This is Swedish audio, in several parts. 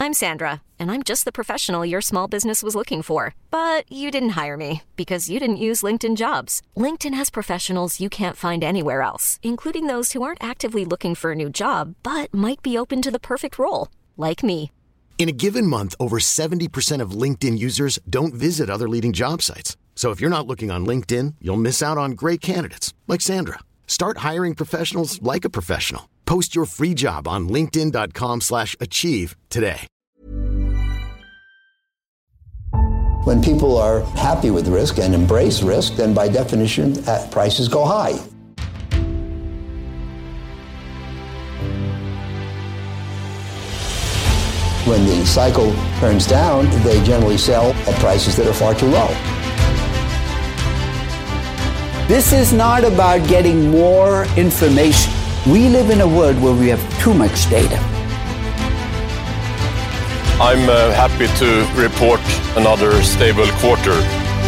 I'm Sandra, and I'm just the professional your small business was looking for. But you didn't hire me because you didn't use LinkedIn Jobs. LinkedIn has professionals you can't find anywhere else, including those who aren't actively looking for a new job, but might be open to the perfect role, like me. In a given month, over 70% of LinkedIn users don't visit other leading job sites. So if you're not looking on LinkedIn, you'll miss out on great candidates like Sandra. Start hiring professionals like a professional. Post your free job on linkedin.com/achieve today. When people are happy with risk and embrace risk, then by definition, prices go high. When the cycle turns down, they generally sell at prices that are far too low. This is not about getting more information. We live in a world where we have too much data. I'm happy to report another stable quarter.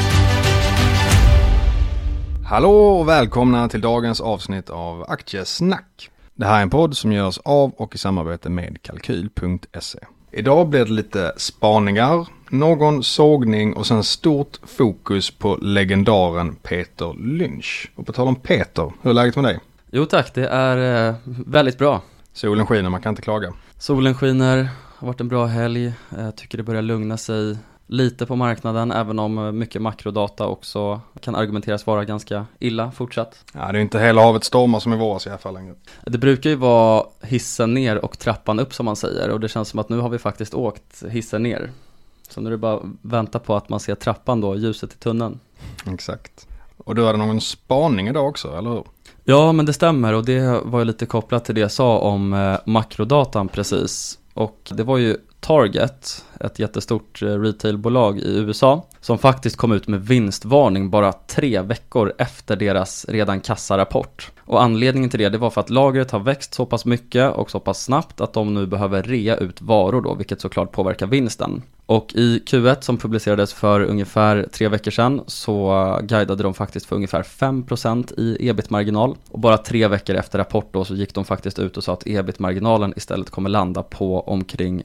Hallå och välkomna till dagens avsnitt av Aktiesnack. Det här är en podd som görs av och i samarbete med Kalkyl.se. Idag blir det lite spaningar, någon sågning och sen stort fokus på legendaren Peter Lynch. Och på tal om Peter, hur är läget med dig? Jo tack, det är väldigt bra. Solen skiner, man kan inte klaga. Solen skiner, har varit en bra helg. Jag tycker det börjar lugna sig lite på marknaden, även om mycket makrodata också kan argumenteras vara ganska illa fortsatt. Ja, det är inte hela havet stormar som i våras i alla fall längre. Det brukar ju vara hissen ner och trappan upp som man säger, och det känns som att nu har vi faktiskt åkt hissen ner. Så nu är det bara vänta på att man ser trappan då, ljuset i tunneln. Exakt. Och du hade någon spaning idag också, eller hur? Ja, men det stämmer, och det var ju lite kopplat till det jag sa om makrodatan precis. Och det var ju Target, ett jättestort retailbolag i USA, som faktiskt kom ut med vinstvarning bara 3 veckor efter deras redan kassarapport. Och anledningen till det var för att lagret har växt så pass mycket och så pass snabbt att de nu behöver rea ut varor då, vilket såklart påverkar vinsten. Och i Q1 som publicerades för ungefär 3 veckor sedan så guidade de faktiskt för ungefär 5% i ebit-marginal. Och bara 3 veckor efter rapport då så gick de faktiskt ut och sa att ebit-marginalen istället kommer landa på omkring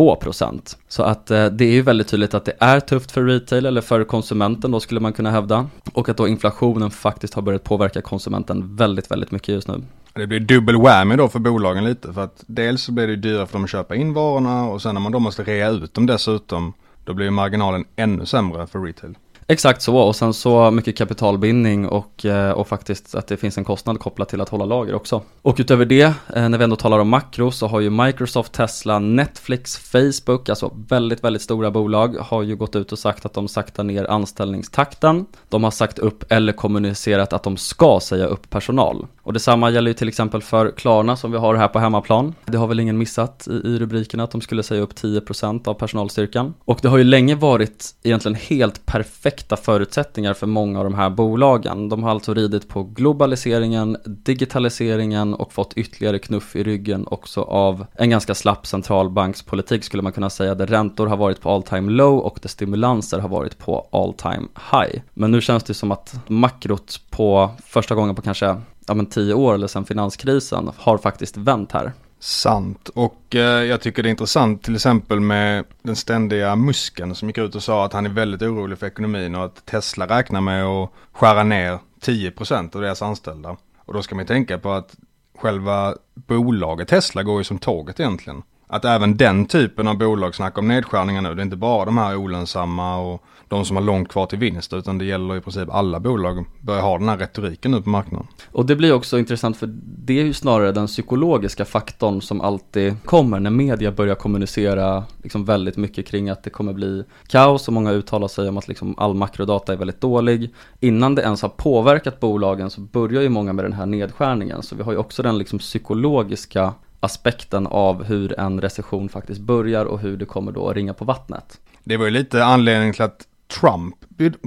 2%. Så att det är ju väldigt tydligt att det är tufft för retail eller för konsumenten då, skulle man kunna hävda. Och att då inflationen faktiskt har börjat påverka konsumenten väldigt, väldigt mycket just nu. Det blir dubbel whammy då för bolagen lite, för att dels så blir det dyrare för dem att köpa in varorna och sen när man då måste rea ut dem dessutom, då blir marginalen ännu sämre för retail. Exakt så, och sen så mycket kapitalbindning och faktiskt att det finns en kostnad kopplat till att hålla lager också. Och utöver det, när vi ändå talar om makro, så har ju Microsoft, Tesla, Netflix, Facebook, alltså väldigt, väldigt stora bolag, har ju gått ut och sagt att de saktar ner anställningstakten. De har sagt upp eller kommunicerat att de ska säga upp personal. Och detsamma gäller ju till exempel för Klarna som vi har här på hemmaplan. Det har väl ingen missat i rubrikerna att de skulle säga upp 10% av personalstyrkan. Och det har ju länge varit egentligen helt perfekta förutsättningar för många av de här bolagen. De har alltså ridit på globaliseringen, digitaliseringen och fått ytterligare knuff i ryggen också av en ganska slapp centralbankspolitik, skulle man kunna säga, där räntor har varit på all time low och där stimulanser har varit på all time high. Men nu känns det som att makrot på första gången på kanske 10 år eller sedan finanskrisen har faktiskt vänt här. Sant, och jag tycker det är intressant till exempel med den ständiga Musken som gick ut och sa att han är väldigt orolig för ekonomin och att Tesla räknar med att skära ner 10% av deras anställda. Och då ska man tänka på att själva bolaget Tesla går ju som tåget egentligen. Att även den typen av bolag snackar om nedskärningar nu. Det är inte bara de här olönsamma och de som har långt kvar till vinst, utan det gäller i princip alla bolag börjar ha den här retoriken nu på marknaden. Och det blir också intressant, för det är ju snarare den psykologiska faktorn som alltid kommer när media börjar kommunicera liksom väldigt mycket kring att det kommer bli kaos, och många uttalar sig om att liksom all makrodata är väldigt dålig. Innan det ens har påverkat bolagen så börjar ju många med den här nedskärningen, så vi har ju också den liksom psykologiska aspekten av hur en recession faktiskt börjar och hur det kommer då att ringa på vattnet. Det var ju lite anledning till att Trump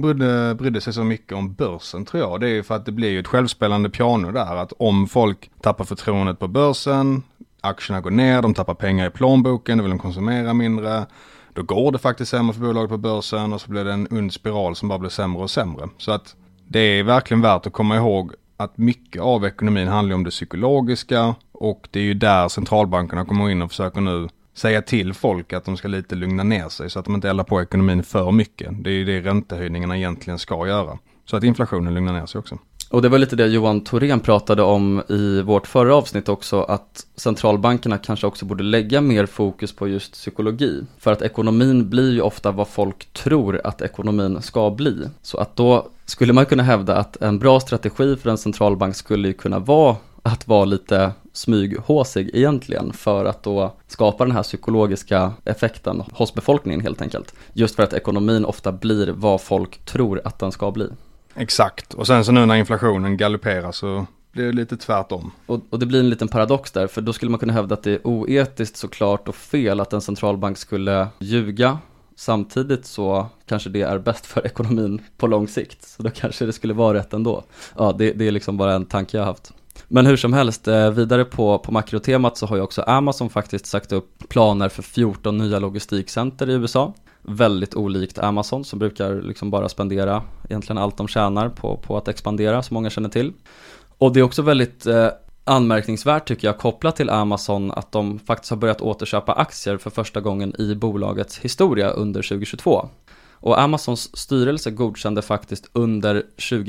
brydde sig så mycket om börsen, tror jag. Det är ju för att det blir ju ett självspelande piano där, att om folk tappar förtroendet på börsen, aktierna går ner, de tappar pengar i plånboken, då vill de konsumera mindre, då går det faktiskt sämre för bolaget på börsen och så blir det en ond spiral som bara blir sämre och sämre. Så att det är verkligen värt att komma ihåg att mycket av ekonomin handlar om det psykologiska, och det är ju där centralbankerna kommer in och försöker nu säga till folk att de ska lite lugna ner sig så att de inte eldar på ekonomin för mycket. Det är ju det räntehöjningarna egentligen ska göra. Så att inflationen lugnar ner sig också. Och det var lite det Johan Thorén pratade om i vårt förra avsnitt också, att centralbankerna kanske också borde lägga mer fokus på just psykologi. För att ekonomin blir ju ofta vad folk tror att ekonomin ska bli. Så att då skulle man kunna hävda att en bra strategi för en centralbank skulle ju kunna vara att vara lite smyghåsig egentligen, för att då skapa den här psykologiska effekten hos befolkningen helt enkelt. Just för att ekonomin ofta blir vad folk tror att den ska bli. Exakt, och sen så nu när inflationen galopperar så blir det lite tvärtom. Och det blir en liten paradox där, för då skulle man kunna hävda att det är oetiskt såklart och fel att en centralbank skulle ljuga. Samtidigt så kanske det är bäst för ekonomin på lång sikt, så då kanske det skulle vara rätt ändå. Ja, det är liksom bara en tanke jag har haft. Men hur som helst, vidare på makrotemat så har ju också Amazon faktiskt sagt upp planer för 14 nya logistikcenter i USA. Väldigt olikt Amazon som brukar liksom bara spendera egentligen allt de tjänar på att expandera, som många känner till. Och det är också väldigt anmärkningsvärt tycker jag, kopplat till Amazon, att de faktiskt har börjat återköpa aktier för första gången i bolagets historia under 2022. Och Amazons styrelse godkände faktiskt under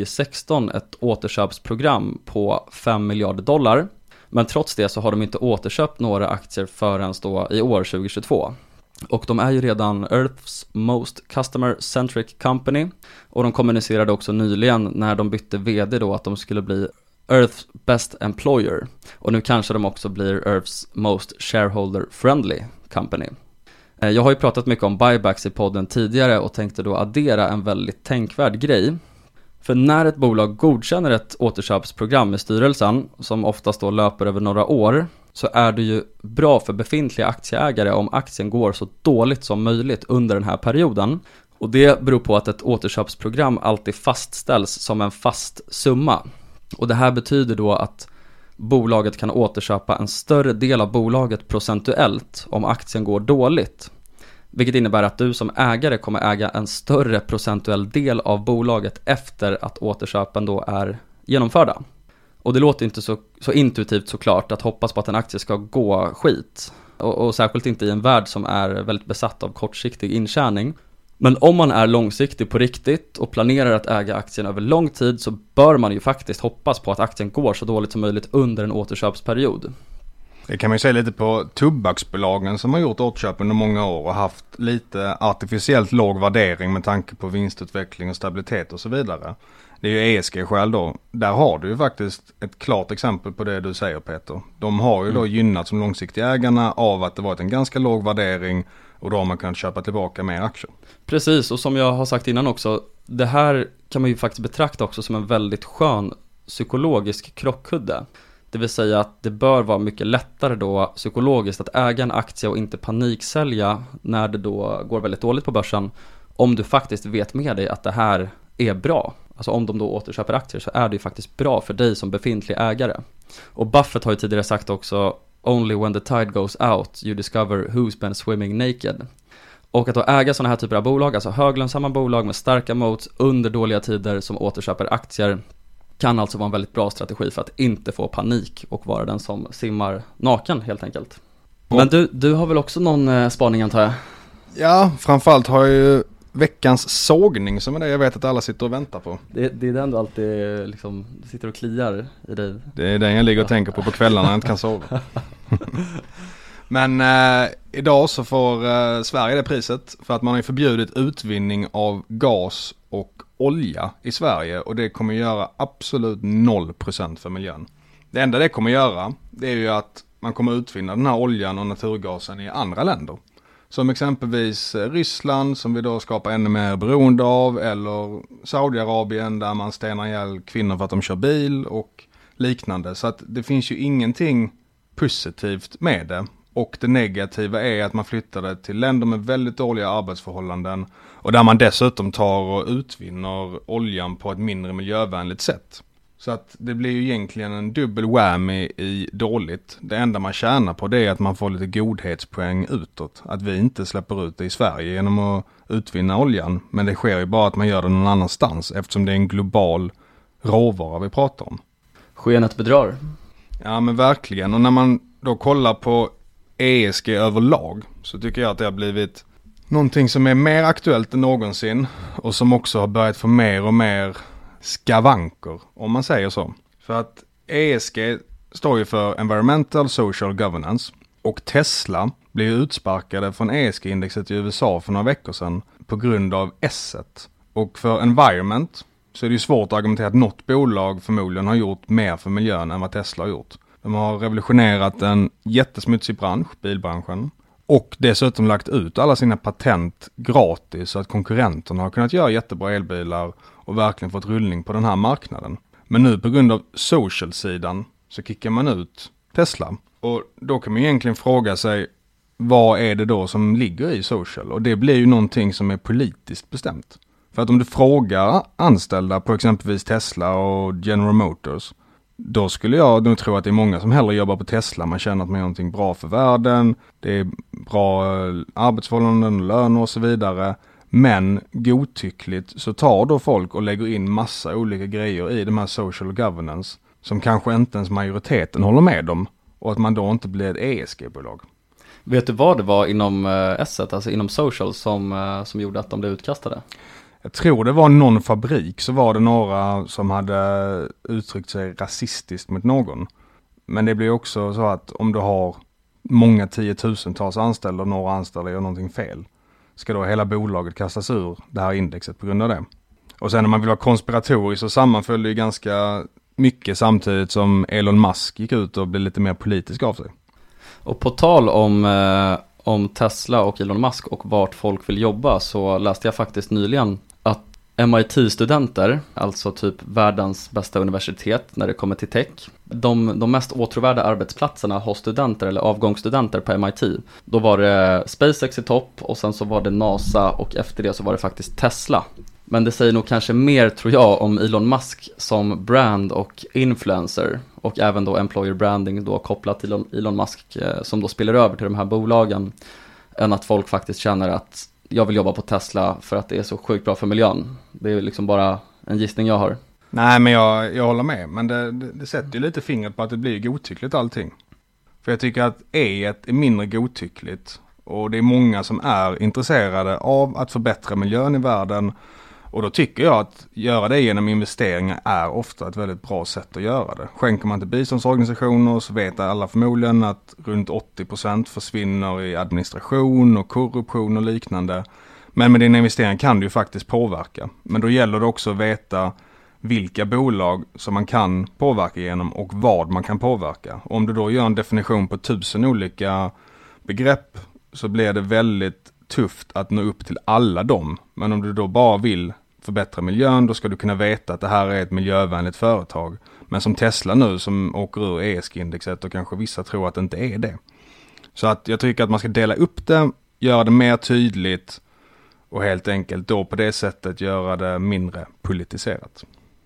2016 ett återköpsprogram på $5 miljarder. Men trots det så har de inte återköpt några aktier förrän då i år 2022. Och de är ju redan Earth's most customer-centric company. Och de kommunicerade också nyligen när de bytte vd då att de skulle bli Earth's best employer. Och nu kanske de också blir Earth's most shareholder-friendly company. Jag har ju pratat mycket om buybacks i podden tidigare och tänkte då addera en väldigt tänkvärd grej. För när ett bolag godkänner ett återköpsprogram med styrelsen, som oftast då löper över några år, så är det ju bra för befintliga aktieägare om aktien går så dåligt som möjligt under den här perioden. Och det beror på att ett återköpsprogram alltid fastställs som en fast summa. Och det här betyder då att bolaget kan återköpa en större del av bolaget procentuellt om aktien går dåligt. Vilket innebär att du som ägare kommer äga en större procentuell del av bolaget efter att återköpen då är genomförda. Och det låter inte så intuitivt såklart att hoppas på att en aktie ska gå skit. Och särskilt inte i en värld som är väldigt besatt av kortsiktig intjäning. Men om man är långsiktig på riktigt och planerar att äga aktien över lång tid, så bör man ju faktiskt hoppas på att aktien går så dåligt som möjligt under en återköpsperiod. Det kan man ju säga lite på tobaksbolagen som har gjort återköp under många år och haft lite artificiellt låg värdering med tanke på vinstutveckling och stabilitet och så vidare. Det är ju ESG-skäl då. Där har du ju faktiskt ett klart exempel på det du säger, Peter. De har ju då gynnat som långsiktiga ägarna av att det varit en ganska låg värdering, och då har man kunnat köpa tillbaka mer aktier. Precis, och som jag har sagt innan också, det här kan man ju faktiskt betrakta också som en väldigt skön psykologisk krockkudde. Det vill säga att det bör vara mycket lättare då psykologiskt att äga en aktie och inte paniksälja när det då går väldigt dåligt på börsen, om du faktiskt vet med dig att det här är bra. Alltså om de då återköper aktier så är det ju faktiskt bra för dig som befintlig ägare. Och Buffett har ju tidigare sagt också, only when the tide goes out you discover who's been swimming naked. Och att då äga sådana här typer av bolag, alltså höglönsamma bolag med starka moats under dåliga tider som återköper aktier, kan alltså vara en väldigt bra strategi för att inte få panik och vara den som simmar naken helt enkelt. Men du har väl också någon spaning, antar jag? Ja, framförallt har jag ju veckans sågning som är det jag vet att alla sitter och väntar på. Det är den du alltid liksom sitter och kliar i dig. Det är den jag ligger och tänker på kvällarna när jag inte kan sova. Men idag så får Sverige det priset för att man har förbjudit utvinning av gas och olja i Sverige, och det kommer göra absolut 0% för miljön. Det enda det kommer göra, det är ju att man kommer utvinna den här oljan och naturgasen i andra länder. Som exempelvis Ryssland, som vi då skapar ännu mer beroende av, eller Saudiarabien där man stenar ihjäl kvinnor för att de kör bil och liknande. Så att det finns ju ingenting positivt med det. Och det negativa är att man flyttar det till länder med väldigt dåliga arbetsförhållanden och där man dessutom tar och utvinner oljan på ett mindre miljövänligt sätt. Så att det blir ju egentligen en dubbel whammy i dåligt. Det enda man tjänar på det är att man får lite godhetspoäng utåt. Att vi inte släpper ut det i Sverige genom att utvinna oljan. Men det sker ju bara att man gör det någon annanstans eftersom det är en global råvara vi pratar om. Skenet bedrar. Ja men verkligen, och när man då kollar på ESG överlag så tycker jag att det har blivit någonting som är mer aktuellt än någonsin och som också har börjat få mer och mer skavanker, om man säger så. För att ESG står ju för Environmental Social Governance och Tesla blev utsparkade från ESG-indexet i USA för några veckor sedan på grund av S-et. Och för Environment så är det ju svårt att argumentera att något bolag förmodligen har gjort mer för miljön än vad Tesla har gjort. De har revolutionerat en jättesmutsig bransch, bilbranschen, och dessutom lagt ut alla sina patent gratis så att konkurrenterna har kunnat göra jättebra elbilar och verkligen fått rullning på den här marknaden. Men nu på grund av social-sidan så kickar man ut Tesla. Och då kan man egentligen fråga sig, vad är det då som ligger i social? Och det blir ju någonting som är politiskt bestämt. För att om du frågar anställda på exempelvis Tesla och General Motors, då skulle jag nog tro att det är många som hellre jobbar på Tesla. Man känner att man gör någonting bra för världen, det är bra arbetsförhållanden, löner och så vidare. Men godtyckligt så tar då folk och lägger in massa olika grejer i de här social governance som kanske inte ens majoriteten håller med om, och att man då inte blir ett ESG-bolag. Vet du vad det var inom S1, alltså inom social, som gjorde att de blev utkastade? Jag tror det var någon fabrik, så var det några som hade uttryckt sig rasistiskt mot någon. Men det blir också så att om du har många tiotusentals anställda och några anställda gör någonting fel, ska då hela bolaget kastas ur det här indexet på grund av det. Och sen när man vill vara konspiratorisk så sammanföll det ju ganska mycket samtidigt som Elon Musk gick ut och blev lite mer politisk av sig. Och på tal om Tesla och Elon Musk och vart folk vill jobba, så läste jag faktiskt nyligen att MIT-studenter, alltså typ världens bästa universitet när det kommer till tech, de mest åtråvärda arbetsplatserna hos studenter eller avgångsstudenter på MIT, då var det SpaceX i topp och sen så var det NASA och efter det så var det faktiskt Tesla. Men det säger nog kanske mer, tror jag, om Elon Musk som brand och influencer och även då employer branding då kopplat till Elon Musk som då spiller över till de här bolagen, än att folk faktiskt känner att jag vill jobba på Tesla för att det är så sjukt bra för miljön. Det är liksom bara en gissning jag har. Nej, men jag håller med. Men det sätter ju lite fingret på att det blir godtyckligt allting. För jag tycker att är mindre godtyckligt. Och det är många som är intresserade av att förbättra miljön i världen. Och då tycker jag att göra det genom investeringar är ofta ett väldigt bra sätt att göra det. Skänker man till biståndsorganisationer så vet alla förmodligen att runt 80% försvinner i administration och korruption och liknande. Men med dina investeringar kan du ju faktiskt påverka. Men då gäller det också att veta vilka bolag som man kan påverka genom och vad man kan påverka. Och om du då gör en definition på 1000 olika begrepp så blir det väldigt tufft att nå upp till alla dem. Men om du då bara vill förbättra miljön, då ska du kunna veta att det här är ett miljövänligt företag. Men som Tesla nu som åker ur ESG-indexet och kanske vissa tror att det inte är det. Så att jag tycker att man ska dela upp det, göra det mer tydligt och helt enkelt då på det sättet göra det mindre politiserat.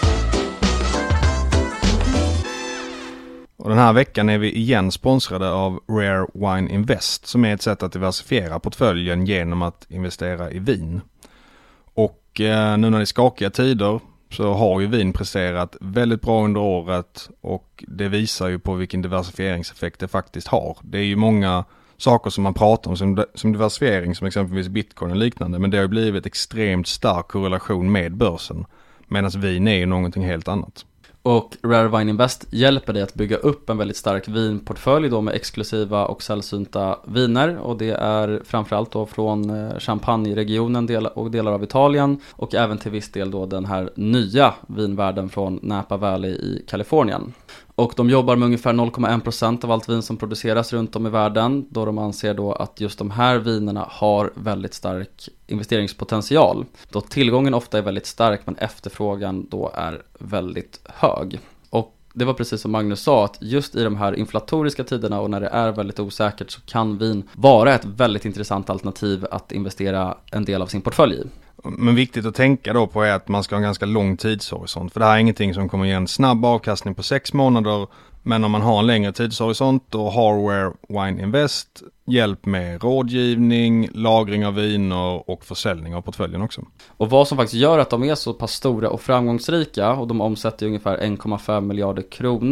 Och den här veckan är vi igen sponsrade av Rare Wine Invest som är ett sätt att diversifiera portföljen genom att investera i vin. Och nu när det är skakiga tider så har ju vin presterat väldigt bra under året och det visar ju på vilken diversifieringseffekt det faktiskt har. Det är ju många saker som man pratar om som diversifiering, som exempelvis bitcoin och liknande, men det har ju blivit extremt stark korrelation med börsen, medan vin är ju någonting helt annat. Och Rare Wine Invest hjälper dig att bygga upp en väldigt stark vinportfölj då med exklusiva och sällsynta viner, och det är framförallt då från Champagne-regionen och delar av Italien och även till viss del då den här nya vinvärlden från Napa Valley i Kalifornien. Och de jobbar med ungefär 0,1% av allt vin som produceras runt om i världen, då de anser då att just de här vinerna har väldigt stark investeringspotential. Då tillgången ofta är väldigt stark men efterfrågan då är väldigt hög. Och det var precis som Magnus sa, att just i de här inflatoriska tiderna och när det är väldigt osäkert så kan vin vara ett väldigt intressant alternativ att investera en del av sin portfölj i. Men viktigt att tänka då på är att man ska ha en ganska lång tidshorisont. För det här är ingenting som kommer ge en snabb avkastning på 6 månader. Men om man har en längre tidshorisont då har Rare Wine Invest hjälp med rådgivning, lagring av viner och försäljning av portföljen också. Och vad som faktiskt gör att de är så pass stora och framgångsrika, och de omsätter ungefär 1,5 miljarder kronor,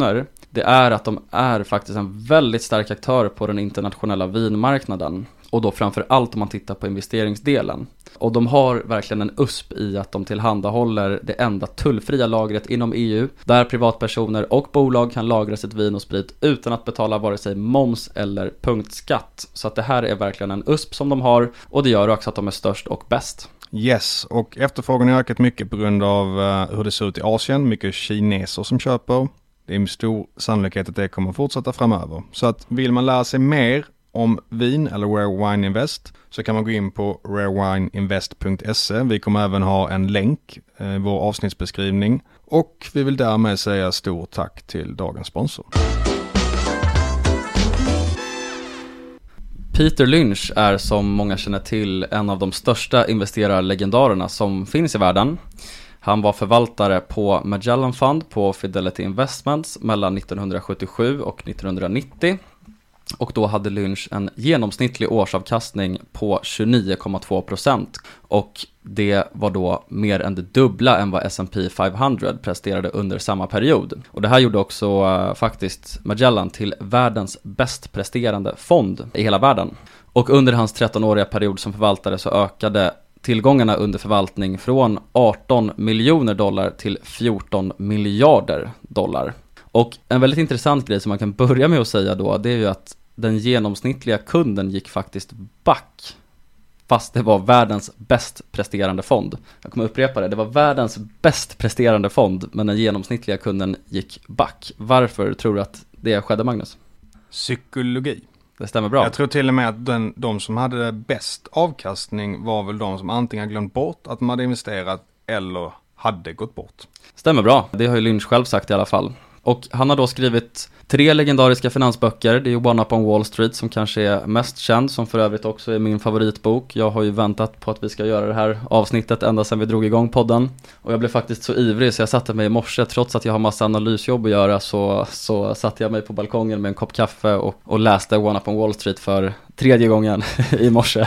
det är att de är faktiskt en väldigt stark aktör på den internationella vinmarknaden. Och då framför allt om man tittar på investeringsdelen. Och de har verkligen en USP i att de tillhandahåller det enda tullfria lagret inom EU. Där privatpersoner och bolag kan lagra sitt vin och sprit utan att betala vare sig moms eller punktskatt. Så att det här är verkligen en USP som de har. Och det gör också att de är störst och bäst. Yes, och efterfrågan har ökat mycket på grund av hur det ser ut i Asien. Mycket kineser som köper. Det är med stor sannolikhet att det kommer fortsätta framöver. Så att vill man lära sig mer om vin eller Rare Wine Invest så kan man gå in på rarewineinvest.se. Vi kommer även ha en länk i vår avsnittsbeskrivning. Och vi vill därmed säga stort tack till dagens sponsor. Peter Lynch är som många känner till en av de största investerarlegendarerna som finns i världen. Han var förvaltare på Magellan Fund på Fidelity Investments mellan 1977 och 1990. Och då hade Lynch en genomsnittlig årsavkastning på 29,2%. Och det var då mer än det dubbla än vad S&P 500 presterade under samma period. Och det här gjorde också faktiskt Magellan till världens bäst presterande fond i hela världen. Och under hans 13-åriga period som förvaltare så ökade tillgångarna under förvaltning från 18 miljoner dollar till 14 miljarder dollar. Och en väldigt intressant grej som man kan börja med att säga då, det är ju att den genomsnittliga kunden gick faktiskt back. Fast det var världens bäst presterande fond. Jag kommer upprepa det, det var världens bäst presterande fond, men den genomsnittliga kunden gick back. Varför tror du att det skedde, Magnus? Psykologi. Det stämmer bra. Jag tror till och med att de som hade bäst avkastning var väl de som antingen glömt bort att de hade investerat eller hade gått bort. Stämmer bra, det har ju Lynch själv sagt i alla fall. Och han har då skrivit 3 legendariska finansböcker. Det är ju One Up on Wall Street som kanske är mest känd, som för övrigt också är min favoritbok. Jag har ju väntat på att vi ska göra det här avsnittet ända sedan vi drog igång podden. Och jag blev faktiskt så ivrig så jag satte mig i morse, trots att jag har massa analysjobb att göra, så satte jag mig på balkongen med en kopp kaffe och läste One Up on Wall Street för 3:e gången i morse.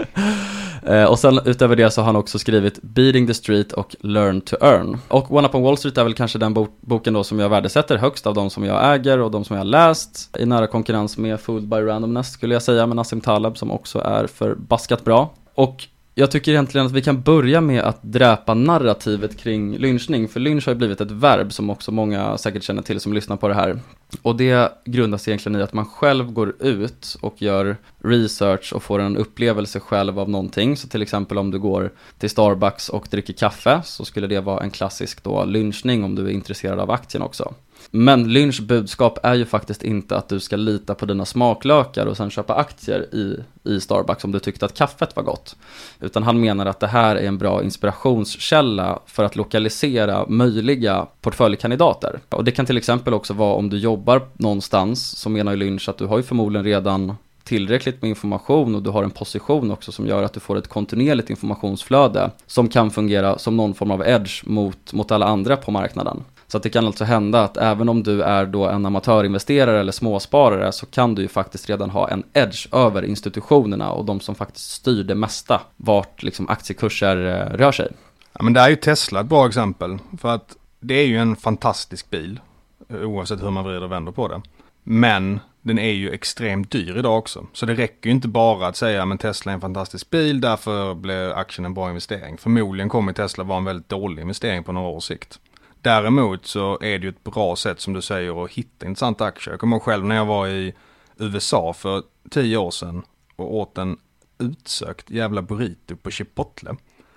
Och sen utöver det så har han också skrivit Beating the Street och Learn to Earn. Och One Up on Wall Street är väl kanske den boken då som jag värdesätter högst av de som jag äger och de som jag har läst. I nära konkurrens med Fooled by Randomness skulle jag säga, med Nassim Taleb som också är förbaskat bra. Och jag tycker egentligen att vi kan börja med att dräpa narrativet kring lynchning. För lynch har ju blivit ett verb som också många säkert känner till som lyssnar på det här. Och det grundas egentligen i att man själv går ut och gör research och får en upplevelse själv av någonting. Så till exempel om du går till Starbucks och dricker kaffe så skulle det vara en klassisk då lynchning om du är intresserad av aktien också. Men Lynchs budskap är ju faktiskt inte att du ska lita på dina smaklökar och sen köpa aktier i Starbucks om du tyckte att kaffet var gott. Utan han menar att det här är en bra inspirationskälla för att lokalisera möjliga portföljkandidater. Och det kan till exempel också vara om du jobbar någonstans, så menar ju Lynch att du har ju förmodligen redan tillräckligt med information och du har en position också som gör att du får ett kontinuerligt informationsflöde som kan fungera som någon form av edge mot alla andra på marknaden. Så att det kan alltså hända att även om du är då en amatörinvesterare eller småsparare så kan du ju faktiskt redan ha en edge över institutionerna och de som faktiskt styr det mesta vart liksom aktiekurser rör sig. Ja, men det är ju Tesla ett bra exempel, för att det är ju en fantastisk bil oavsett hur man vrider och vänder på det. Men den är ju extremt dyr idag också. Så det räcker ju inte bara att säga men Tesla är en fantastisk bil, därför blir aktien en bra investering. Förmodligen kommer Tesla vara en väldigt dålig investering på några års sikt. Däremot så är det ju ett bra sätt som du säger att hitta intressanta aktier. Jag kommer ihåg själv när jag var i USA för 10 år sedan och åt en utsökt jävla burrito på Chipotle.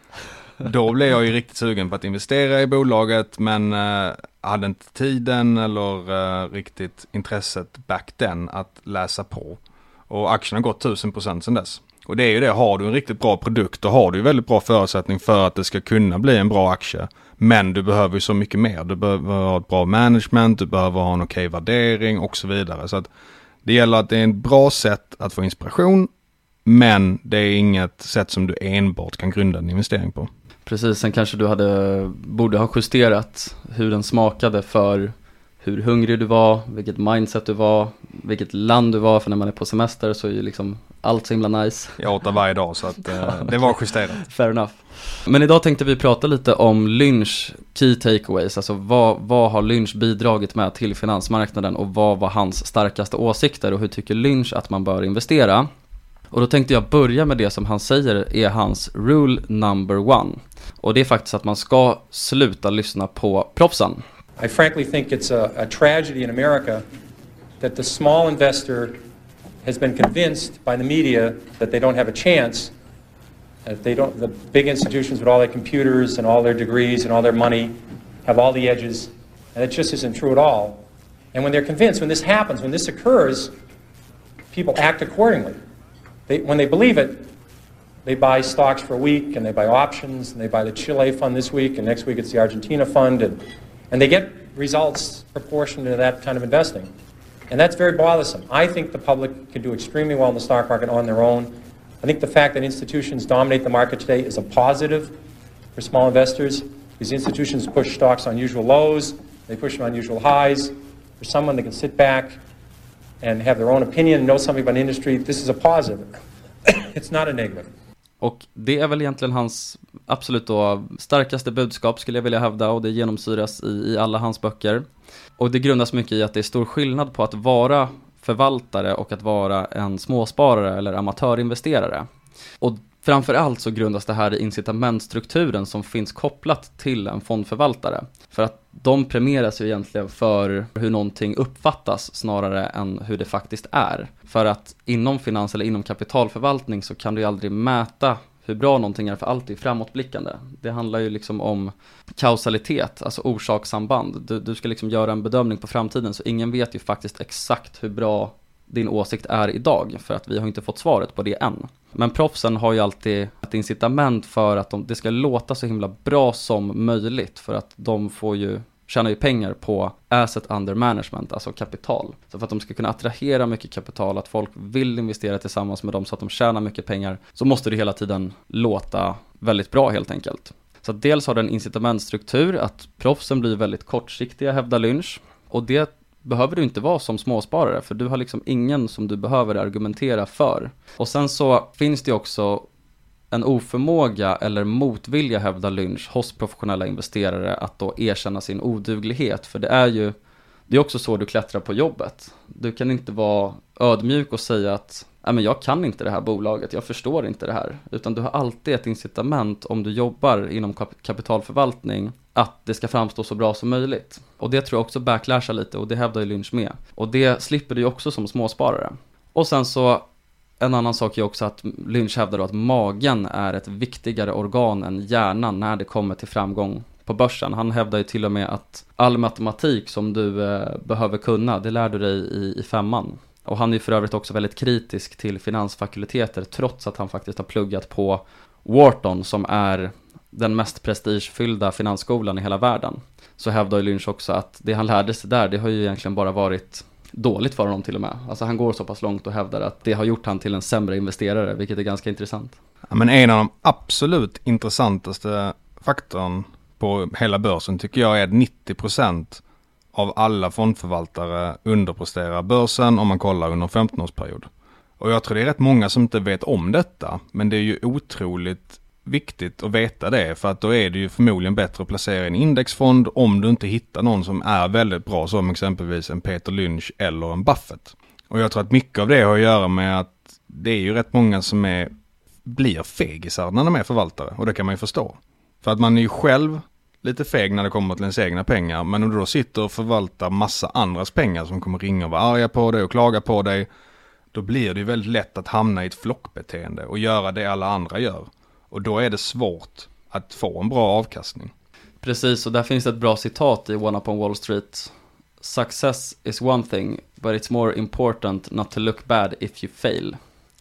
Då blev jag ju riktigt sugen på att investera i bolaget, men hade inte tiden eller riktigt intresset back then att läsa på. Och aktien har gått 1000% sedan dess. Och det är ju det, har du en riktigt bra produkt då har du ju väldigt bra förutsättning för att det ska kunna bli en bra aktie. Men du behöver ju så mycket mer. Du behöver ha ett bra management, du behöver ha en okej värdering och så vidare. Så att det gäller att det är ett bra sätt att få inspiration, men det är inget sätt som du enbart kan grunda en investering på. Precis, sen kanske du borde ha justerat hur den smakade för hur hungrig du var, vilket mindset du var, vilket land du var, för när man är på semester så är ju liksom allt så himla nice. Jag åt varje dag så att det var justerat. Fair enough. Men idag tänkte vi prata lite om Lynch key takeaways, alltså vad har Lynch bidragit med till finansmarknaden och vad var hans starkaste åsikter och hur tycker Lynch att man bör investera? Och då tänkte jag börja med det som han säger är hans rule number 1. Och det är faktiskt att man ska sluta lyssna på proffsen. I frankly think it's a tragedy in America that the small investor has been convinced by the media that they don't have a chance, that the big institutions with all their computers and all their degrees and all their money have all the edges, and it just isn't true at all. And when they're convinced, when this happens, when this occurs, people act accordingly. When they believe it, they buy stocks for a week, and they buy options, and they buy the Chile fund this week, and next week it's the Argentina fund, and they get results proportional to that kind of investing. And that's very bothersome. I think the public can do extremely well in the stock market on their own. I think the fact that institutions dominate the market today is a positive for small investors. These institutions push stocks on usual lows, they push them on usual highs. For someone that can sit back and have their own opinion and know something about an industry, this is a positive. It's not a negative. Och det är väl egentligen hans absolut då starkaste budskap skulle jag vilja hävda, och det genomsyras i alla hans böcker. Och det grundas mycket i att det är stor skillnad på att vara förvaltare och att vara en småsparare eller amatörinvesterare. Och framförallt så grundas det här i incitamentstrukturen som finns kopplat till en fondförvaltare. För att de premieras ju egentligen för hur någonting uppfattas snarare än hur det faktiskt är. För att inom finans eller inom kapitalförvaltning så kan du ju aldrig mäta hur bra någonting är, för allt är framåtblickande. Det handlar ju liksom om kausalitet, alltså orsakssamband. Du ska liksom göra en bedömning på framtiden, så ingen vet ju faktiskt exakt hur bra din åsikt är idag, för att vi har inte fått svaret på det än. Men proffsen har ju alltid ett incitament för att det ska låta så himla bra som möjligt, för att de tjänar ju pengar på asset under management, alltså kapital. Så för att de ska kunna attrahera mycket kapital, att folk vill investera tillsammans med dem så att de tjänar mycket pengar, så måste det hela tiden låta väldigt bra helt enkelt. Så att dels har den incitamentstruktur, att proffsen blir väldigt kortsiktiga, hävdar Lynch. Och det behöver du inte vara som småsparare, för du har liksom ingen som du behöver argumentera för. Och sen så finns det också en oförmåga eller motvilja, hävdar Lynch, hos professionella investerare att då erkänna sin oduglighet. För det är också så du klättrar på jobbet. Du kan inte vara ödmjuk och säga att men jag kan inte det här bolaget, jag förstår inte det här. Utan du har alltid ett incitament om du jobbar inom kapitalförvaltning att det ska framstå så bra som möjligt. Och det tror jag också backlashar lite, och det hävdar ju Lynch med. Och det slipper du ju också som småsparare. Och sen så, en annan sak är också att Lynch hävdar då att magen är ett viktigare organ än hjärnan när det kommer till framgång på börsen. Han hävdar ju till och med att all matematik som du behöver kunna, det lär du dig i 5:an. Och han är ju för övrigt också väldigt kritisk till finansfakulteter, trots att han faktiskt har pluggat på Wharton, som är den mest prestigefyllda finansskolan i hela världen. Så hävdar ju Lynch också att det han lärde sig där, det har ju egentligen bara varit dåligt för honom till och med. Alltså han går så pass långt och hävdar att det har gjort han till en sämre investerare, vilket är ganska intressant. Ja, men en av de absolut intressantaste faktorn på hela börsen tycker jag är att 90% av alla fondförvaltare underpresterar börsen om man kollar under en 15-årsperiod. Och jag tror det är rätt många som inte vet om detta, men det är ju otroligt viktigt att veta det, för att då är det ju förmodligen bättre att placera en indexfond om du inte hittar någon som är väldigt bra, som exempelvis en Peter Lynch eller en Buffett. Och jag tror att mycket av det har att göra med att det är ju rätt många som blir fegisar när de är förvaltare, och det kan man ju förstå. För att man är ju själv lite feg när det kommer till ens egna pengar, men om du då sitter och förvaltar massa andras pengar som kommer ringa och vara arga på dig och klaga på dig, då blir det ju väldigt lätt att hamna i ett flockbeteende och göra det alla andra gör. Och då är det svårt att få en bra avkastning. Precis, och där finns ett bra citat i One Up on Wall Street. Success is one thing, but it's more important not to look bad if you fail.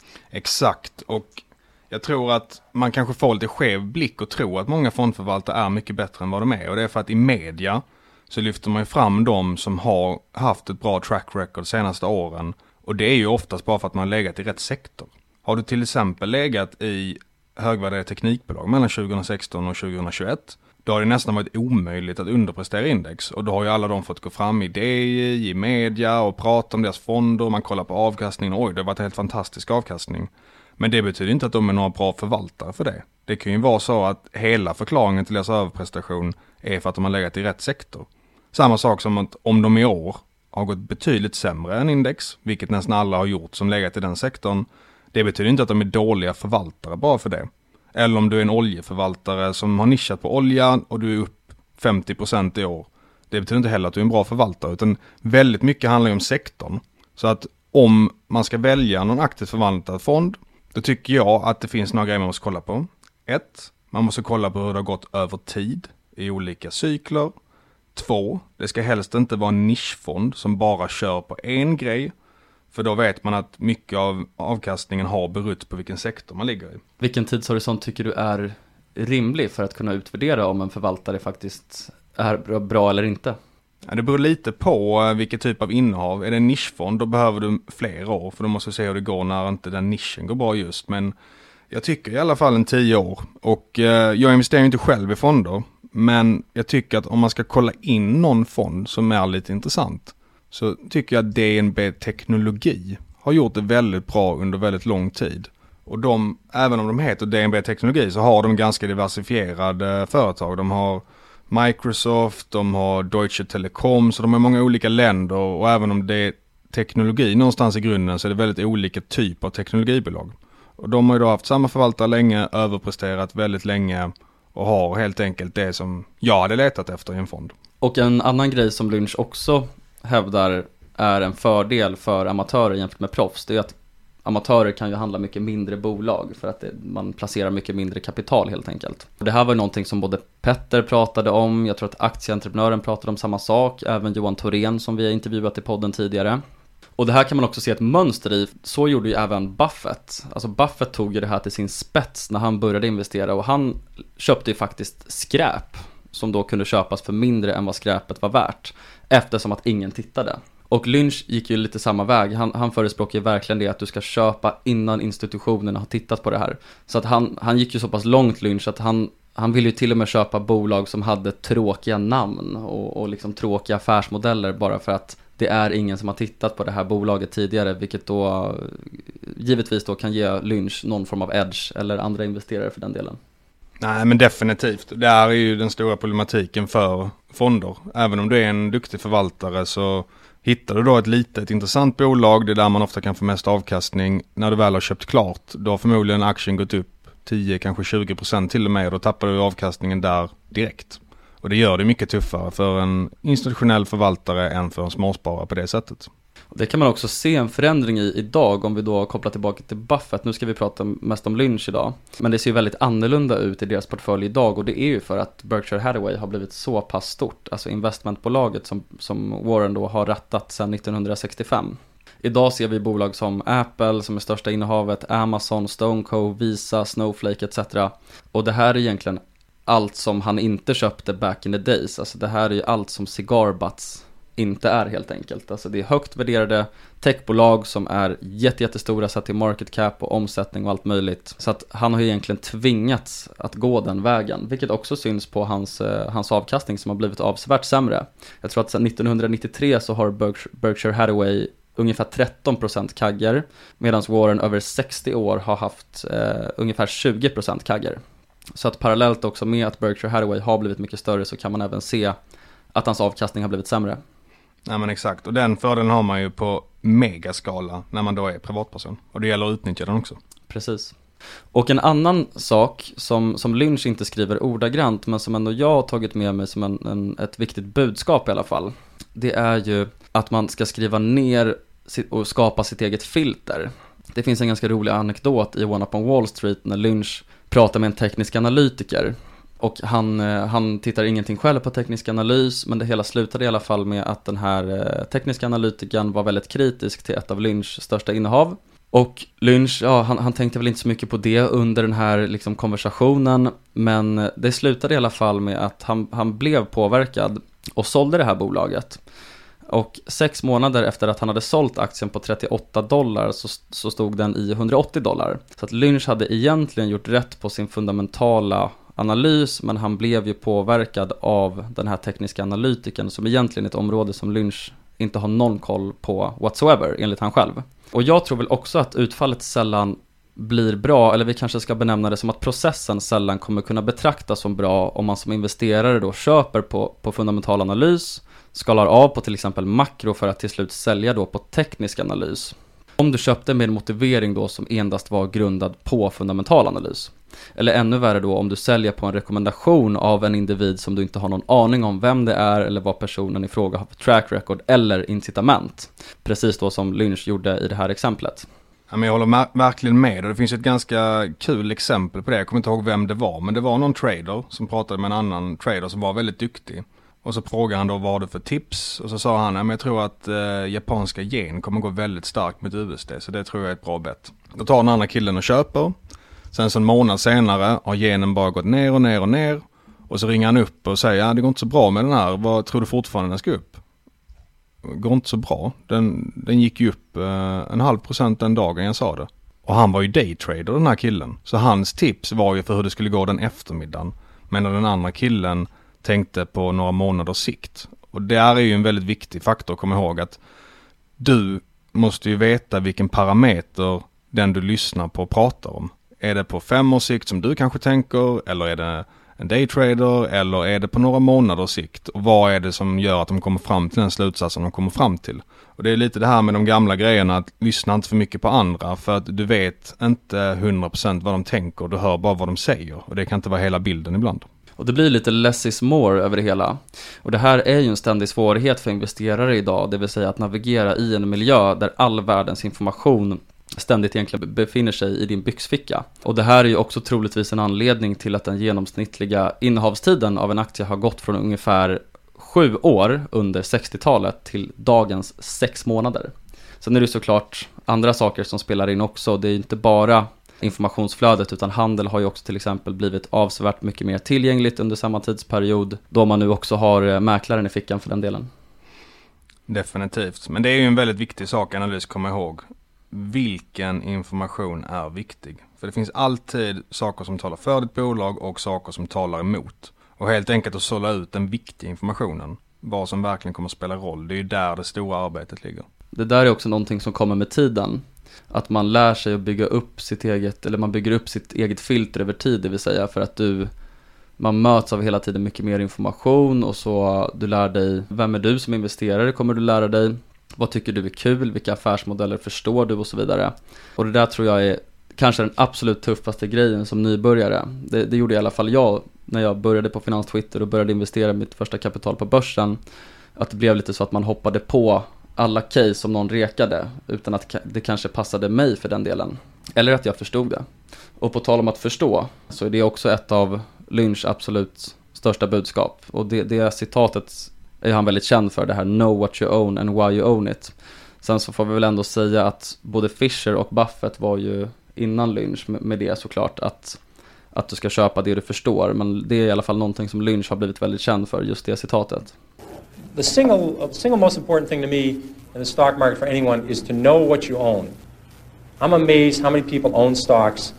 Exakt, och jag tror att man kanske får lite skev blick och tror att många fondförvaltare är mycket bättre än vad de är. Och det är för att i media så lyfter man ju fram de som har haft ett bra track record de senaste åren. Och det är ju oftast bara för att man har legat i rätt sektor. Har du till exempel legat i högvärderade teknikbolag mellan 2016 och 2021, då har det nästan varit omöjligt att underprestera index. Och då har ju alla de fått gå fram i DI, i media och prata om deras fonder. Man kollar på avkastningen. Oj, det har varit en helt fantastisk avkastning. Men det betyder inte att de är några bra förvaltare för det. Det kan ju vara så att hela förklaringen till deras överprestation är för att de har legat i rätt sektor. Samma sak som att om de i år har gått betydligt sämre än index, vilket nästan alla har gjort som legat i den sektorn. Det betyder inte att de är dåliga förvaltare bara för det. Eller om du är en oljeförvaltare som har nischat på oljan och du är upp 50% i år. Det betyder inte heller att du är en bra förvaltare, utan väldigt mycket handlar ju om sektorn. Så att om man ska välja någon aktivt förvaltad fond, då tycker jag att det finns några grejer man måste kolla på. 1. Man måste kolla på hur det har gått över tid i olika cykler. 2. Det ska helst inte vara en nischfond som bara kör på en grej. För då vet man att mycket av avkastningen har berott på vilken sektor man ligger i. Vilken tidshorisont tycker du är rimlig för att kunna utvärdera om en förvaltare faktiskt är bra eller inte? Ja, det beror lite på vilken typ av innehav. Är det en nischfond, då behöver du fler år. För då måste du se hur det går när inte den nischen går bra just. Men jag tycker i alla fall en 10 år. Och jag investerar inte själv i fonder. Men jag tycker att om man ska kolla in någon fond som är lite intressant, så tycker jag att DNB Teknologi har gjort det väldigt bra under väldigt lång tid. Och även om de heter DNB Teknologi, så har de ganska diversifierade företag. De har Microsoft, de har Deutsche Telekom, så de har många olika länder. Och även om det är teknologi någonstans i grunden, så är det väldigt olika typer av teknologibolag. Och de har ju då haft samma förvaltare länge, överpresterat väldigt länge och har helt enkelt det som jag hade letat efter i en fond. Och en annan grej som Lynch också hävdar är en fördel för amatörer jämfört med proffs, det är att amatörer kan ju handla mycket mindre bolag för att man placerar mycket mindre kapital helt enkelt. Det här var någonting som både Petter pratade om, jag tror att aktieentreprenören pratade om samma sak, även Johan Thorén som vi har intervjuat i podden tidigare. Och det här kan man också se ett mönster i, så gjorde ju även Buffett. Alltså Buffett tog ju det här till sin spets när han började investera, och han köpte ju faktiskt skräp som då kunde köpas för mindre än vad skräpet var värt, eftersom att ingen tittade. Och Lynch gick ju lite samma väg. Han förespråkar ju verkligen det, att du ska köpa innan institutionerna har tittat på det här. Så att han gick ju så pass långt, Lynch, att han ville ju till och med köpa bolag som hade tråkiga namn och liksom tråkiga affärsmodeller, bara för att det är ingen som har tittat på det här bolaget tidigare, vilket då givetvis då kan ge Lynch någon form av edge, eller andra investerare för den delen. Nej, men definitivt. Det är ju den stora problematiken för fonder. Även om du är en duktig förvaltare, så hittar du då ett litet intressant bolag, det är där man ofta kan få mest avkastning. När du väl har köpt klart, då har förmodligen aktien gått upp 10, kanske 20% till och med, och då tappar du avkastningen där direkt. Och det gör det mycket tuffare för en institutionell förvaltare än för en småsparare på det sättet. Det kan man också se en förändring i idag, om vi då kopplar tillbaka till Buffett. Nu ska vi prata mest om Lynch idag. Men det ser ju väldigt annorlunda ut i deras portfölj idag, och det är ju för att Berkshire Hathaway har blivit så pass stort. Alltså investmentbolaget som Warren då har rattat sedan 1965. Idag ser vi bolag som Apple som är största innehavet, Amazon, StoneCo, Visa, Snowflake etc. Och det här är egentligen allt som han inte köpte back in the days. Alltså det här är ju allt som cigar butts inte är helt enkelt. Alltså det är högt värderade techbolag som är jättestora sett till market cap och omsättning och allt möjligt. Så att han har ju egentligen tvingats att gå den vägen, vilket också syns på hans avkastning som har blivit avsevärt sämre. Jag tror att sedan 1993 så har Berkshire Hathaway ungefär 13% kagger, medan Warren över 60 år har haft ungefär 20% kagger. Så att parallellt också med att Berkshire Hathaway har blivit mycket större, så kan man även se att hans avkastning har blivit sämre. Nej, men exakt, och den fördelen har man ju på megaskala när man då är privatperson, och det gäller att utnyttja den också. Precis. Och en annan sak som Lynch inte skriver ordagrant, men som ändå jag har tagit med mig som ett viktigt budskap i alla fall, det är ju att man ska skriva ner och skapa sitt eget filter. Det finns en ganska rolig anekdot i One Up on Wall Street när Lynch pratar med en teknisk analytiker. Och han tittar ingenting själv på teknisk analys, men det hela slutade i alla fall med att den här tekniska analytikern var väldigt kritisk till ett av Lynchs största innehav. Och Lynch, han tänkte väl inte så mycket på det under den här liksom konversationen, men det slutade i alla fall med att han blev påverkad och sålde det här bolaget. Och 6 månader efter att han hade sålt aktien på $38 så stod den i $180. Så att Lynch hade egentligen gjort rätt på sin fundamentala analys, men han blev ju påverkad av den här tekniska analytiken som egentligen är ett område som Lynch inte har någon koll på whatsoever, enligt han själv. Och jag tror väl också att utfallet sällan blir bra, eller vi kanske ska benämna det som att processen sällan kommer kunna betraktas som bra om man som investerare då köper på fundamental analys, skalar av på till exempel makro för att till slut sälja då på teknisk analys. Om du köpte med en motivering då som endast var grundad på fundamental analys. Eller ännu värre då om du säljer på en rekommendation av en individ som du inte har någon aning om vem det är eller vad personen i fråga har för track record eller incitament. Precis då som Lynch gjorde i det här exemplet. Ja, men jag håller verkligen med, och det finns ett ganska kul exempel på det. Jag kommer inte ihåg vem det var, men det var någon trader som pratade med en annan trader som var väldigt duktig. Och så frågade han då vad det för tips, och så sa han, men jag tror att japanska yen kommer gå väldigt starkt mot USD, så det tror jag är ett bra bett. Då tar den andra killen och köper. Sen så en månad senare har yenen bara gått ner och ner och ner. Och så ringer han upp och säger, ja det går inte så bra med den här, vad tror du fortfarande den ska upp? Går inte så bra. Den gick ju upp 0,5% den dagen jag sa det. Och han var ju daytrader, den här killen. Så hans tips var ju för hur det skulle gå den eftermiddagen. Men den andra killen tänkte på några månaders sikt. Och det är ju en väldigt viktig faktor att komma ihåg, att du måste ju veta vilken parameter den du lyssnar på pratar om. Är det på 5 års sikt som du kanske tänker, eller är det en daytrader, eller är det på några månaders sikt? Och vad är det som gör att de kommer fram till den slutsatsen de kommer fram till? Och det är lite det här med de gamla grejerna, att lyssna inte för mycket på andra, för att du vet inte 100% vad de tänker, du hör bara vad de säger, och det kan inte vara hela bilden ibland. Och det blir lite less is more över det hela. Och det här är ju en ständig svårighet för investerare idag, det vill säga att navigera i en miljö där all världens information ständigt egentligen befinner sig i din byxficka. Och det här är ju också troligtvis en anledning till att den genomsnittliga innehavstiden av en aktie har gått från ungefär 7 år under 60-talet till dagens 6 månader. Sen är det såklart andra saker som spelar in också. Det är inte bara informationsflödet, utan handel har ju också till exempel blivit avsevärt mycket mer tillgängligt under samma tidsperiod, då man nu också har mäklaren i fickan för den delen. Definitivt, men det är ju en väldigt viktig sak att komma ihåg. Vilken information är viktig? För det finns alltid saker som talar för ditt bolag och saker som talar emot. Och helt enkelt att sålla ut den viktiga informationen. Vad som verkligen kommer att spela roll. Det är ju där det stora arbetet ligger. Det där är också någonting som kommer med tiden. Att man lär sig att bygga upp sitt eget, eller man bygger upp sitt eget filter över tid, det vill säga för att man möts av hela tiden mycket mer information, och så du lär dig, vem är du som investerare, kommer du lära dig. Vad tycker du är kul? Vilka affärsmodeller förstår du? Och så vidare. Och det där tror jag är kanske den absolut tuffaste grejen som nybörjare. Det gjorde i alla fall jag när jag började på Finans Twitter och började investera mitt första kapital på börsen. Att det blev lite så att man hoppade på alla case som någon rekade utan att det kanske passade mig för den delen. Eller att jag förstod det. Och på tal om att förstå, så är det också ett av Lynchs absolut största budskap. Och det citatet är han väldigt känd för, det här know what you own and why you own it. Sen så får vi väl ändå säga att både Fisher och Buffett var ju innan Lynch med det såklart, att du ska köpa det du förstår. Men det är i alla fall någonting som Lynch har blivit väldigt känd för, just det citatet. The single most important thing to me in the stock market for anyone is to know what you own. I'm amazed how many people own stocks.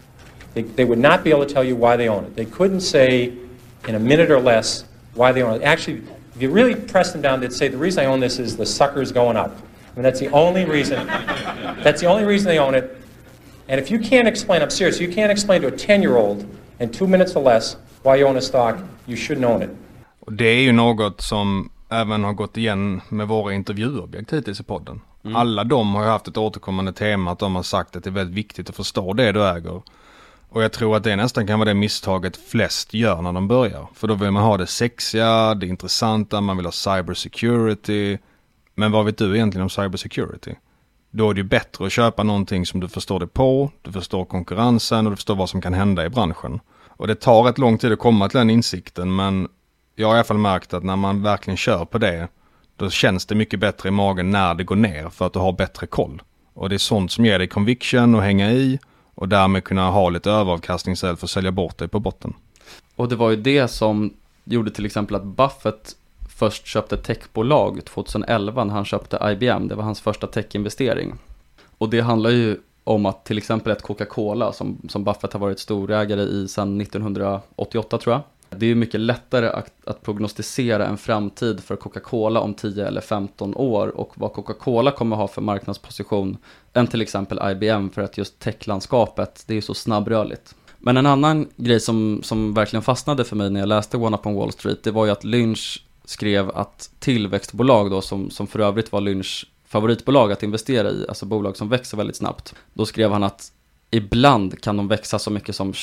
They would not be able to tell you why they own it. They couldn't say in a minute or less why they own it. Actually, if you really press them down, they'd say the reason I own this is the sucker's going up. I mean, that's the only reason. That's the only reason they own it. And if you can't explain, I'm serious, you can't explain to a 10-year-old in 2 minutes or less why you own a stock, you shouldn't own it. Och det är ju något som även har gått igen med våra intervjuobjekt hittills i podden. Alla de har ju haft ett återkommande tema, att de har sagt att det är väldigt viktigt att förstå det du äger. Och jag tror att det nästan kan vara det misstaget flest gör när de börjar. För då vill man ha det sexiga, det intressanta, man vill ha cybersecurity. Men vad vet du egentligen om cybersecurity? Då är det ju bättre att köpa någonting som du förstår det på, du förstår konkurrensen och du förstår vad som kan hända i branschen. Och det tar rätt lång tid att komma till den insikten, men jag har i alla fall märkt att när man verkligen kör på det, då känns det mycket bättre i magen när det går ner, för att du har bättre koll. Och det är sånt som ger dig conviction och hänga i, och därmed kunna ha lite överavkastning istället för att sälja bort dig på botten. Och det var ju det som gjorde till exempel att Buffett först köpte techbolag 2011 när han köpte IBM. Det var hans första techinvestering. Och det handlar ju om att till exempel ett Coca-Cola som Buffett har varit storägare i sedan 1988 tror jag. Det är ju mycket lättare att prognostisera en framtid för Coca-Cola om 10 eller 15 år och vad Coca-Cola kommer ha för marknadsposition än till exempel IBM, för att just techlandskapet, det är så snabbrörligt. Men en annan grej som verkligen fastnade för mig när jag läste One Up on Wall Street, det var ju att Lynch skrev att tillväxtbolag då, som för övrigt var Lynchs favoritbolag att investera i, alltså bolag som växer väldigt snabbt, då skrev han att ibland kan de växa så mycket som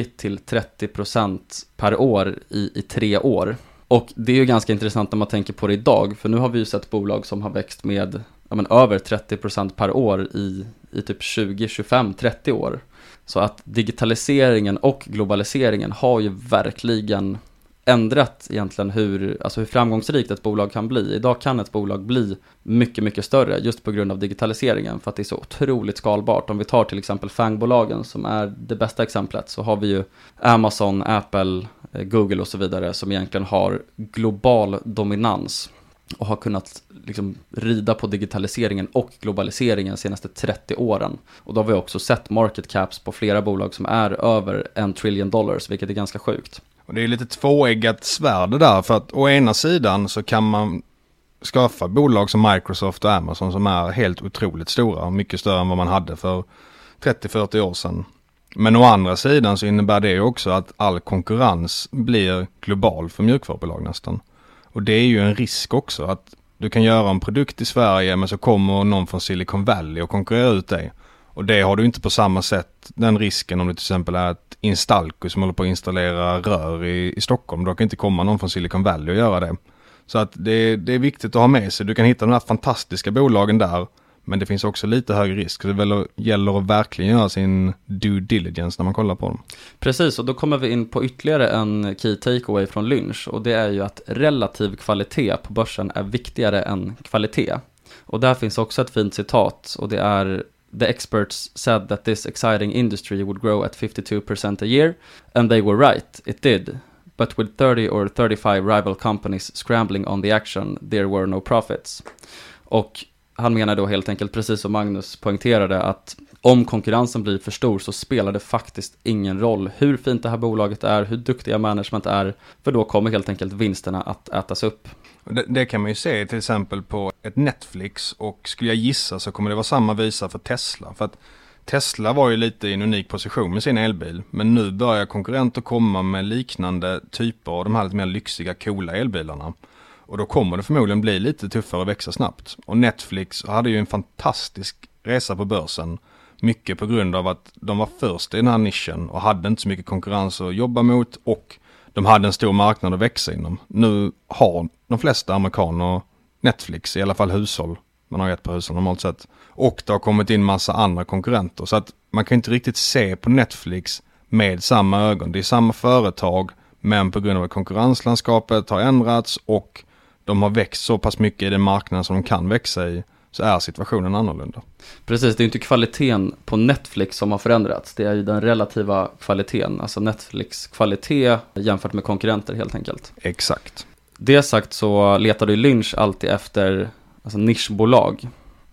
20-30% per år i 3 år. Och det är ju ganska intressant när man tänker på det idag, för nu har vi ju sett bolag som har växt med över 30% per år i typ 20, 25, 30 år. Så att digitaliseringen och globaliseringen har ju verkligen ändrat egentligen hur framgångsrikt ett bolag kan bli. Idag kan ett bolag bli mycket, mycket större just på grund av digitaliseringen, för att det är så otroligt skalbart. Om vi tar till exempel FANG-bolagen som är det bästa exemplet, så har vi ju Amazon, Apple, Google och så vidare som egentligen har global dominans och har kunnat liksom rida på digitaliseringen och globaliseringen de senaste 30 åren. Och då har vi också sett market caps på flera bolag som är över $1 trillion, vilket är ganska sjukt. Och det är lite tvåeggat svärd där, för att å ena sidan så kan man skaffa bolag som Microsoft och Amazon som är helt otroligt stora, mycket större än vad man hade för 30-40 år sedan. Men å andra sidan så innebär det ju också att all konkurrens blir global för mjukvarubolag nästan. Och det är ju en risk också, att du kan göra en produkt i Sverige men så kommer någon från Silicon Valley och konkurrerar ut dig. Och det har du inte på samma sätt den risken om det till exempel är ett Instalco som håller på att installera rör i Stockholm. Då kan inte komma någon från Silicon Valley och göra det. Så att det är viktigt att ha med sig. Du kan hitta de här fantastiska bolagen där, men det finns också lite högre risk. Så det gäller att verkligen göra sin due diligence när man kollar på dem. Precis, och då kommer vi in på ytterligare en key takeaway från Lynch. Och det är ju att relativ kvalitet på börsen är viktigare än kvalitet. Och där finns också ett fint citat, och det är: "The experts said that this exciting industry would grow at 52% a year, and they were right, it did. But with 30 or 35 rival companies scrambling on the action, there were no profits." Och han menar då helt enkelt, precis som Magnus poängterade, att om konkurrensen blir för stor så spelar det faktiskt ingen roll hur fint det här bolaget är, hur duktiga management är, för då kommer helt enkelt vinsterna att ätas upp. Det kan man ju se till exempel på ett Netflix, och skulle jag gissa så kommer det vara samma visa för Tesla. För att Tesla var ju lite i en unik position med sin elbil, men nu börjar konkurrenter komma med liknande typer av de här lite mer lyxiga, coola elbilarna. Och då kommer det förmodligen bli lite tuffare att växa snabbt. Och Netflix hade ju en fantastisk resa på börsen, mycket på grund av att de var först i den här nischen och hade inte så mycket konkurrens att jobba mot, och de hade en stor marknad att växa inom. Nu har de flesta amerikaner Netflix, i alla fall hushåll. Man har ett par hushåll normalt sett. Och det har kommit in massa andra konkurrenter. Så att man kan inte riktigt se på Netflix med samma ögon. Det är samma företag, men på grund av att konkurrenslandskapet har ändrats och de har växt så pass mycket i den marknaden som de kan växa i, så är situationen annorlunda. Precis, det är inte kvaliteten på Netflix som har förändrats. Det är ju den relativa kvaliteten. Alltså Netflix kvalitet jämfört med konkurrenter helt enkelt. Exakt. Det sagt så letade ju Lynch alltid efter nischbolag.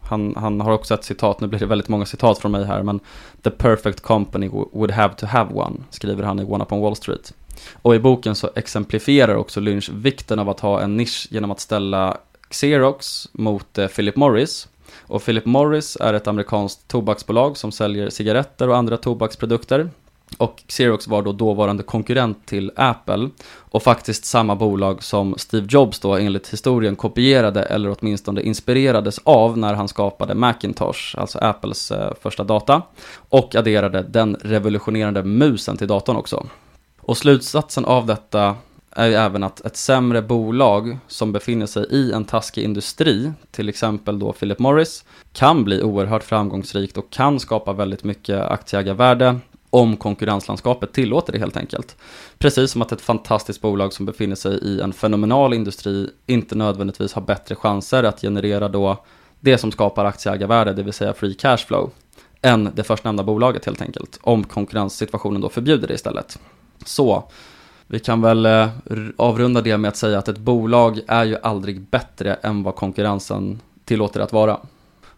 Han har också ett citat, nu blir det väldigt många citat från mig här, men "The perfect company would have to have one", skriver han i One Up on Wall Street. Och i boken så exemplifierar också Lynch vikten av att ha en nisch genom att ställa Xerox mot Philip Morris. Och Philip Morris är ett amerikanskt tobaksbolag som säljer cigaretter och andra tobaksprodukter. Och Xerox var då dåvarande konkurrent till Apple, och faktiskt samma bolag som Steve Jobs då enligt historien kopierade eller åtminstone inspirerades av när han skapade Macintosh, alltså Apples första data, och adderade den revolutionerande musen till datorn också. Och slutsatsen av detta är ju även att ett sämre bolag som befinner sig i en taskig industri, till exempel då Philip Morris, kan bli oerhört framgångsrikt och kan skapa väldigt mycket aktieägarvärde om konkurrenslandskapet tillåter det helt enkelt. Precis som att ett fantastiskt bolag som befinner sig i en fenomenal industri inte nödvändigtvis har bättre chanser att generera då det som skapar aktieägarvärde, det vill säga free cash flow, än det förstnämnda bolaget helt enkelt, om konkurrenssituationen då förbjuder det istället. Så vi kan väl avrunda det med att säga att ett bolag är ju aldrig bättre än vad konkurrensen tillåter att vara.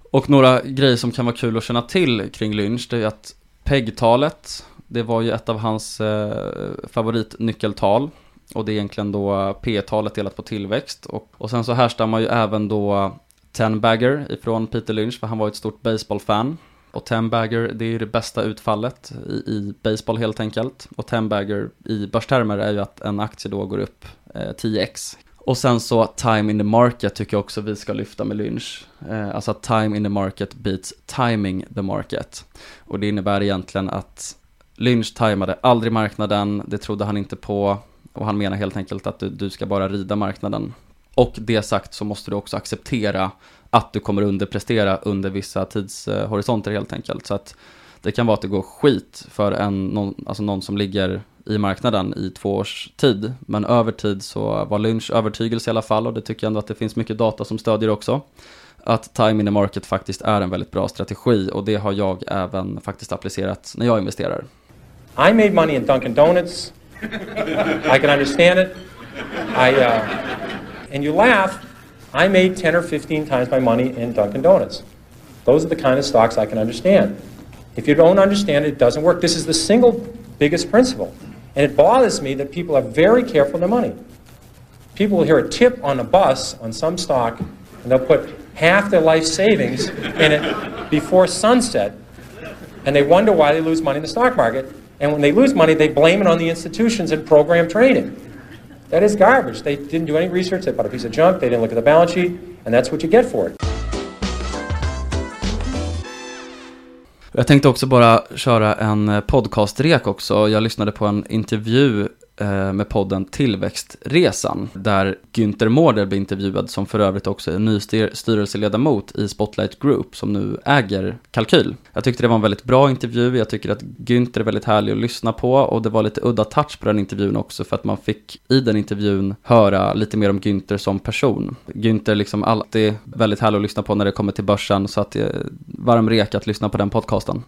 Och några grejer som kan vara kul att känna till kring Lynch, det är att PEG-talet, det var ju ett av hans favoritnyckeltal. Och det är egentligen då P-talet delat på tillväxt. Och sen så härstammar ju även då 10-bagger ifrån Peter Lynch, för han var ett stort baseballfan. Och 10-bagger, det är ju det bästa utfallet i baseball helt enkelt. Och 10-bagger i börstermer är ju att en aktie då går upp 10x. Och sen så time in the market tycker jag också vi ska lyfta med Lynch. Alltså att time in the market beats timing the market. Och det innebär egentligen att Lynch timade aldrig marknaden, det trodde han inte på. Och han menar helt enkelt att du ska bara rida marknaden. Och det sagt så måste du också acceptera att du kommer underprestera under vissa tidshorisonter helt enkelt. Så att det kan vara att det går skit för någon som ligger i marknaden i 2 års tid. Men över tid så var Lynch övertygelse i alla fall, och det tycker jag ändå att det finns mycket data som stödjer också. Att time in the market faktiskt är en väldigt bra strategi, och det har jag även faktiskt applicerat när jag investerar. I made money in Dunkin' Donuts. I can understand it. And you laugh, I made 10 or 15 times my money in Dunkin' Donuts. Those are the kind of stocks I can understand. If you don't understand it, it doesn't work. This is the single biggest principle. And it bothers me that people are very careful with their money. People will hear a tip on a bus on some stock, and they'll put half their life savings in it before sunset, and they wonder why they lose money in the stock market. And when they lose money, they blame it on the institutions and program trading. That is garbage. They didn't do any research. They bought a piece of junk. They didn't look at the balance sheet. And that's what you get for it. Jag tänkte också bara köra en podcastrek också. Jag lyssnade på en intervju med podden Tillväxtresan, där Günther Mårder blev intervjuad, som för övrigt också är en ny styrelseledamot i Spotlight Group som nu äger Kalkyl. Jag tyckte det var en väldigt bra intervju. Jag tycker att Günther är väldigt härlig att lyssna på, och det var lite udda touch på den intervjun också, för att man fick i den intervjun höra lite mer om Günther som person. Günther liksom alltid väldigt härlig att lyssna på när det kommer till börsen, så att det är varm rek att lyssna på den podcasten.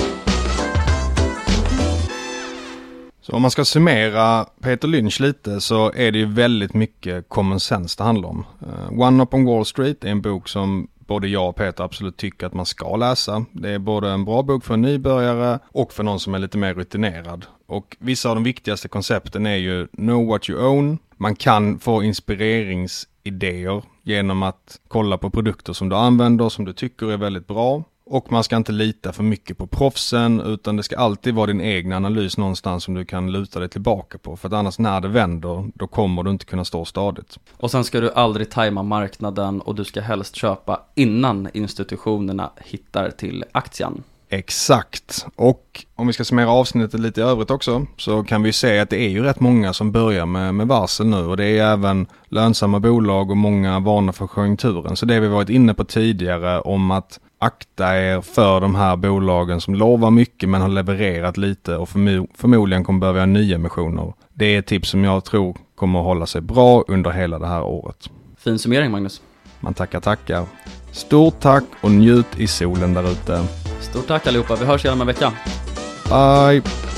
Så om man ska summera Peter Lynch lite, så är det ju väldigt mycket common sense det handlar om. One Up on Wall Street är en bok som både jag och Peter absolut tycker att man ska läsa. Det är både en bra bok för en nybörjare och för någon som är lite mer rutinerad. Och vissa av de viktigaste koncepten är ju know what you own. Man kan få inspireringsidéer genom att kolla på produkter som du använder, som du tycker är väldigt bra. Och man ska inte lita för mycket på proffsen, utan det ska alltid vara din egen analys någonstans som du kan luta dig tillbaka på. För att annars när det vänder, då kommer du inte kunna stå stadigt. Och sen ska du aldrig tajma marknaden, och du ska helst köpa innan institutionerna hittar till aktien. Exakt. Och om vi ska summera avsnittet lite i övrigt också, så kan vi se att det är ju rätt många som börjar med varsel nu, och det är även lönsamma bolag och många varnar för konjunkturen. Så det vi varit inne på tidigare om att akta er för de här bolagen som lovar mycket men har levererat lite och förmodligen kommer behöva nya emissioner. Det är ett tips som jag tror kommer att hålla sig bra under hela det här året. Fin summering, Magnus. Man tackar. Stort tack och njut i solen där ute. Stort tack allihopa, vi hörs igen om en vecka. Bye!